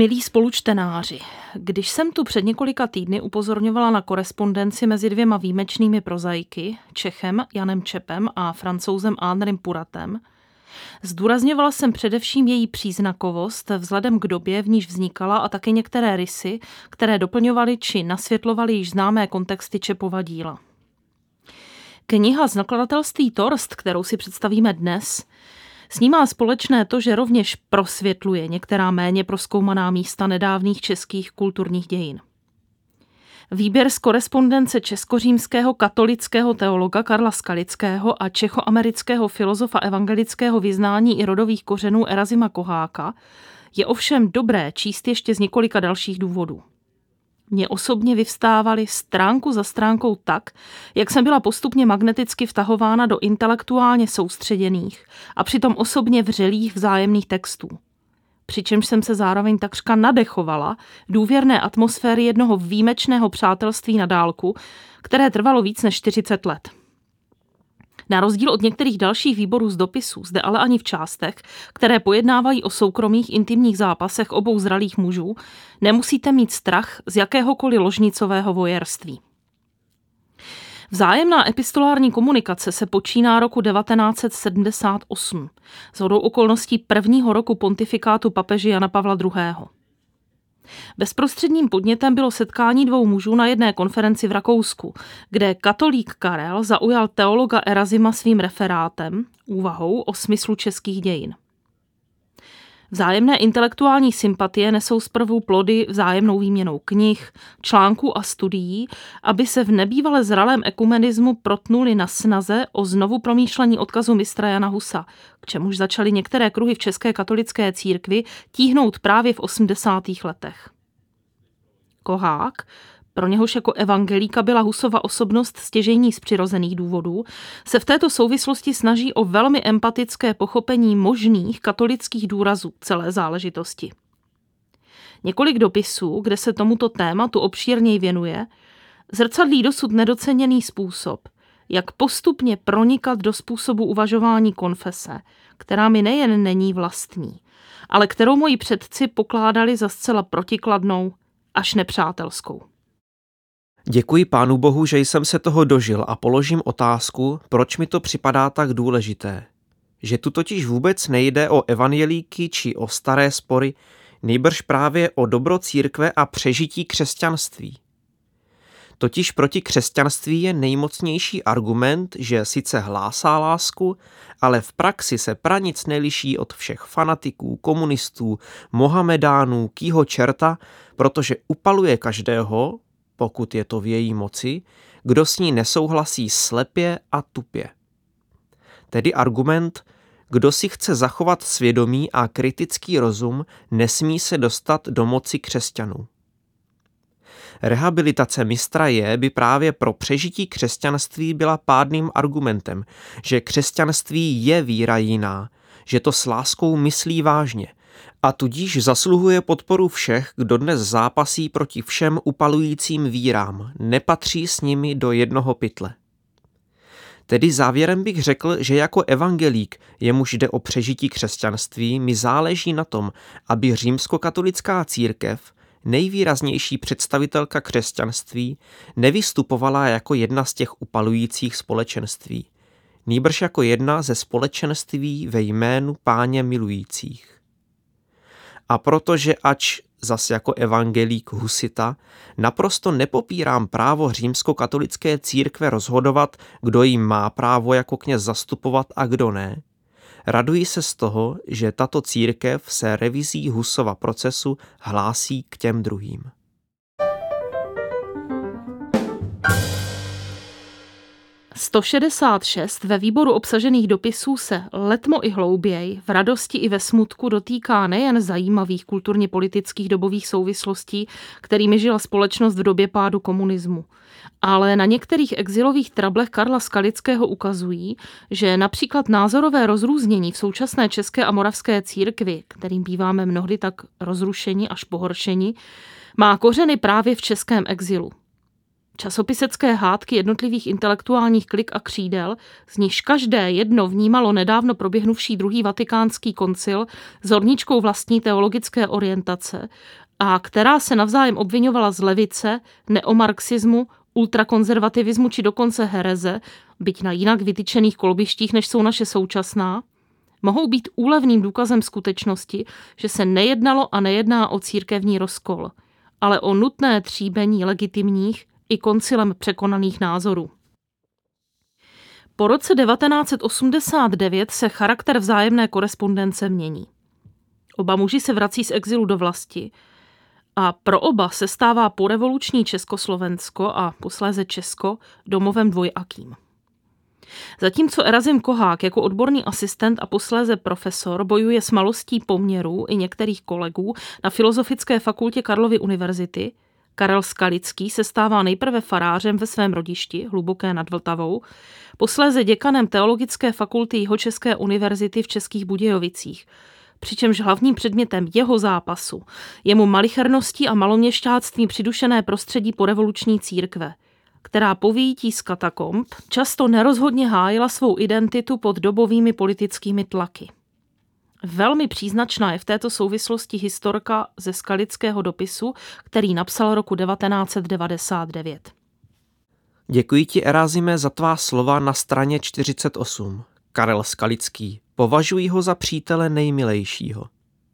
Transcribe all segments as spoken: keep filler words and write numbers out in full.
Milí spolučtenáři, když jsem tu před několika týdny upozorňovala na korespondenci mezi dvěma výjimečnými prozaiky, Čechem Janem Čepem a Francouzem Andrem Puratem, zdůrazňovala jsem především její příznakovost vzhledem k době, v níž vznikala, a také některé rysy, které doplňovaly či nasvětlovaly již známé kontexty Čepova díla. Kniha z nakladatelství Torst, kterou si představíme dnes, s ní má společné to, že rovněž prosvětluje některá méně prozkoumaná místa nedávných českých kulturních dějin. Výběr z korespondence českořímského katolického teologa Karla Skalického a čechoamerického filozofa evangelického vyznání i rodových kořenů Erazima Koháka je ovšem dobré číst ještě z několika dalších důvodů. Mně osobně vyvstávaly stránku za stránkou tak, jak jsem byla postupně magneticky vtahována do intelektuálně soustředěných a přitom osobně vřelých vzájemných textů. Přičemž jsem se zároveň takřka nadechovala důvěrné atmosféry jednoho výjimečného přátelství na dálku, které trvalo víc než čtyřicet let. Na rozdíl od některých dalších výborů z dopisů, zde ale ani v částech, které pojednávají o soukromých intimních zápasech obou zralých mužů, nemusíte mít strach z jakéhokoliv ložnicového vojerství. Vzájemná epistolární komunikace se počíná roku devatenáct set sedmdesát osm, shodou okolností prvního roku pontifikátu papeže Jana Pavla druhého. Bezprostředním podnětem bylo setkání dvou mužů na jedné konferenci v Rakousku, kde katolík Karel zaujal teologa Erazima svým referátem, úvahou o smyslu českých dějin. Vzájemné intelektuální sympatie nesou zprvu plody vzájemnou výměnou knih, článků a studií, aby se v nebývale zralém ekumenismu protnuli na snaze o znovu promýšlení odkazu mistra Jana Husa, k čemuž začaly některé kruhy v české katolické církvi tíhnout právě v osmdesátých letech. Kohák, pro něhož jako evangelíka byla Husova osobnost stěžejní z přirozených důvodů, se v této souvislosti snaží o velmi empatické pochopení možných katolických důrazů celé záležitosti. Několik dopisů, kde se tomuto tématu obšírněji věnuje, zrcadlí dosud nedoceněný způsob, jak postupně pronikat do způsobu uvažování konfese, která mi nejen není vlastní, ale kterou moji předci pokládali za zcela protikladnou až nepřátelskou. Děkuji Pánu Bohu, že jsem se toho dožil a položím otázku, proč mi to připadá tak důležité. Že tu totiž vůbec nejde o evangelíky či o staré spory, nýbrž právě o dobro církve a přežití křesťanství. Totiž proti křesťanství je nejmocnější argument, že sice hlásá lásku, ale v praxi se pranic neliší od všech fanatiků, komunistů, mohamedánů, kýho čerta, protože upaluje každého, pokud je to v její moci, kdo s ní nesouhlasí slepě a tupě. Tedy argument, kdo si chce zachovat svědomí a kritický rozum, nesmí se dostat do moci křesťanů. Rehabilitace mistra J by právě pro přežití křesťanství byla pádným argumentem, že křesťanství je víra jiná, že to s láskou myslí vážně, a tudíž zasluhuje podporu všech, kdo dnes zápasí proti všem upalujícím vírám, nepatří s nimi do jednoho pytle. Tedy závěrem bych řekl, že jako evangelík, jemuž jde o přežití křesťanství, mi záleží na tom, aby římskokatolická církev, nejvýraznější představitelka křesťanství, nevystupovala jako jedna z těch upalujících společenství, nýbrž jako jedna ze společenství ve jménu Páně milujících. A protože ač zas jako evangelík husita, naprosto nepopírám právo římskokatolické církve rozhodovat, kdo jim má právo jako kněz zastupovat a kdo ne, raduji se z toho, že tato církev se revizí Husova procesu hlásí k těm druhým. sto šedesát šest ve výboru obsažených dopisů se letmo i hlouběji, v radosti i ve smutku dotýká nejen zajímavých kulturně politických dobových souvislostí, kterými žila společnost v době pádu komunismu, ale na některých exilových trablech Karla Skalického ukazují, že například názorové rozrůznění v současné české a moravské církvi, kterým býváme mnohdy tak rozrušeni až pohoršeni, má kořeny právě v českém exilu. Časopisecké hádky jednotlivých intelektuálních klik a křídel, z nichž každé jedno vnímalo nedávno proběhnuvší druhý vatikánský koncil s horníčkou vlastní teologické orientace a která se navzájem obvinovala z levice, neomarxismu, ultrakonzervativismu či dokonce hereze, byť na jinak vytyčených kolbištích, než jsou naše současná, mohou být úlevným důkazem skutečnosti, že se nejednalo a nejedná o církevní rozkol, ale o nutné tříbení legitimních i koncilem překonaných názorů. Po roce devatenáct set osmdesát devět se charakter vzájemné korespondence mění. Oba muži se vrací z exilu do vlasti a pro oba se stává porevoluční Československo a posléze Česko domovem dvojakým. Zatímco Erazim Kohák jako odborný asistent a posléze profesor bojuje s malostí poměrů i některých kolegů na Filozofické fakultě Karlovy univerzity, Karel Skalický se stává nejprve farářem ve svém rodišti, Hluboké nad Vltavou, posléze děkanem Teologické fakulty Jihočeské univerzity v Českých Budějovicích, přičemž hlavním předmětem jeho zápasu je mu malicherností a maloměšťáctví přidušené prostředí porevoluční církve, která po vyjití z katakomb často nerozhodně hájila svou identitu pod dobovými politickými tlaky. Velmi příznačná je v této souvislosti historka ze Skalického dopisu, který napsal roku devatenáct set devadesát devět. Děkuji ti, Erazime, za tvá slova na straně čtyřicet osm. Karel Skalický. Považuji ho za přítele nejmilejšího.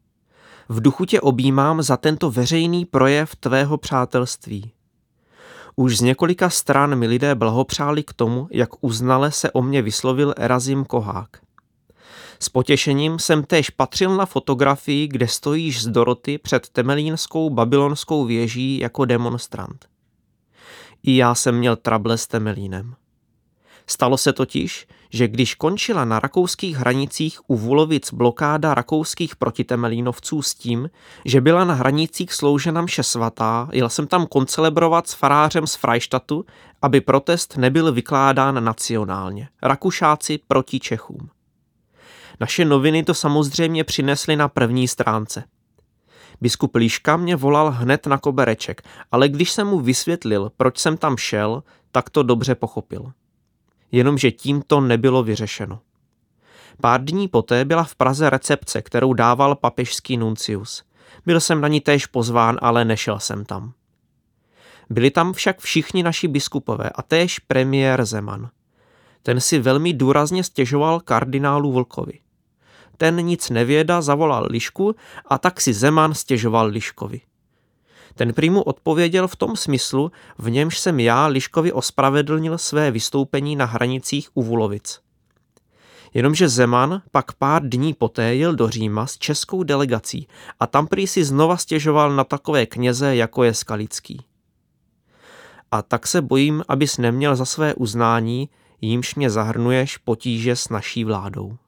V duchu tě objímám za tento veřejný projev tvého přátelství. Už z několika stran mi lidé blahopřáli k tomu, jak uznale se o mě vyslovil Erazim Kohák. S potěšením jsem též patřil na fotografii, kde stojíš z Doroty před temelínskou babylonskou věží jako demonstrant. I já jsem měl trable s Temelínem. Stalo se totiž, že když končila na rakouských hranicích u Vulovic blokáda rakouských protitemelínovců s tím, že byla na hranicích sloužena mše svatá, jel jsem tam koncelebrovat s farářem z Freistatu, aby protest nebyl vykládán nacionálně. Rakušáci proti Čechům. Naše noviny to samozřejmě přinesly na první stránce. Biskup Liška mě volal hned na kobereček, ale když jsem mu vysvětlil, proč jsem tam šel, tak to dobře pochopil. Jenomže tím to nebylo vyřešeno. Pár dní poté byla v Praze recepce, kterou dával papežský nuncius. Byl jsem na ní též pozván, ale nešel jsem tam. Byli tam však všichni naši biskupové a též premiér Zeman. Ten si velmi důrazně stěžoval kardinálu Vlkovi. Ten nic nevěda zavolal Lišku a tak si Zeman stěžoval Liškovi. Ten prý mu odpověděl v tom smyslu, v němž jsem já Liškovi ospravedlnil své vystoupení na hranicích u Vulovic. Jenomže Zeman pak pár dní poté jel do Říma s českou delegací a tam prý si znova stěžoval na takové kněze, jako je Skalický. A tak se bojím, abys neměl za své uznání, jímž mě zahrnuješ potíže s naší vládou.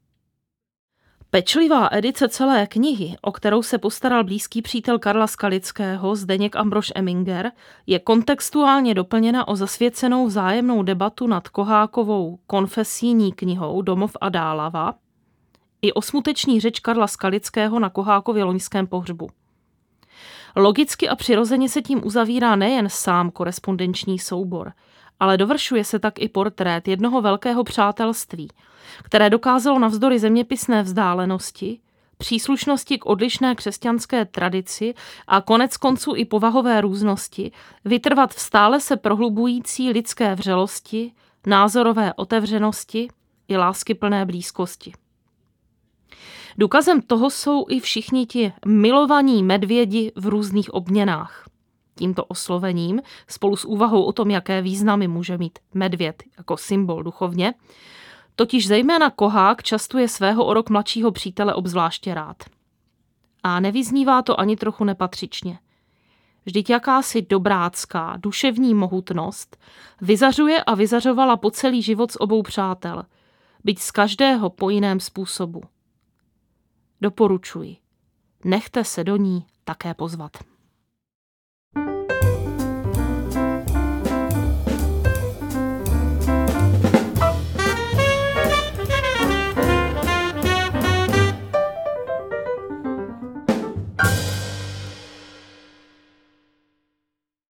Pečlivá edice celé knihy, o kterou se postaral blízký přítel Karla Skalického, Zdeněk Ambrož Eminger, je kontextuálně doplněna o zasvěcenou vzájemnou debatu nad Kohákovou konfesijní knihou Domov a Dálava i o smuteční řeč Karla Skalického na Kohákově loňském pohřbu. Logicky a přirozeně se tím uzavírá nejen sám korespondenční soubor, ale dovršuje se tak i portrét jednoho velkého přátelství, které dokázalo navzdory zeměpisné vzdálenosti, příslušnosti k odlišné křesťanské tradici a konec konců i povahové různosti vytrvat v stále se prohlubující lidské vřelosti, názorové otevřenosti i láskyplné blízkosti. Důkazem toho jsou i všichni ti milovaní medvědi v různých obměnách. Tímto oslovením, spolu s úvahou o tom, jaké významy může mít medvěd jako symbol duchovně, totiž zejména Kohák častuje svého o rok mladšího přítele obzvláště rád. A nevyznívá to ani trochu nepatřičně. Vždyť jakási dobrácká, duševní mohutnost vyzařuje a vyzařovala po celý život z obou přátel, byť z každého po jiném způsobu. Doporučuji. Nechte se do ní také pozvat.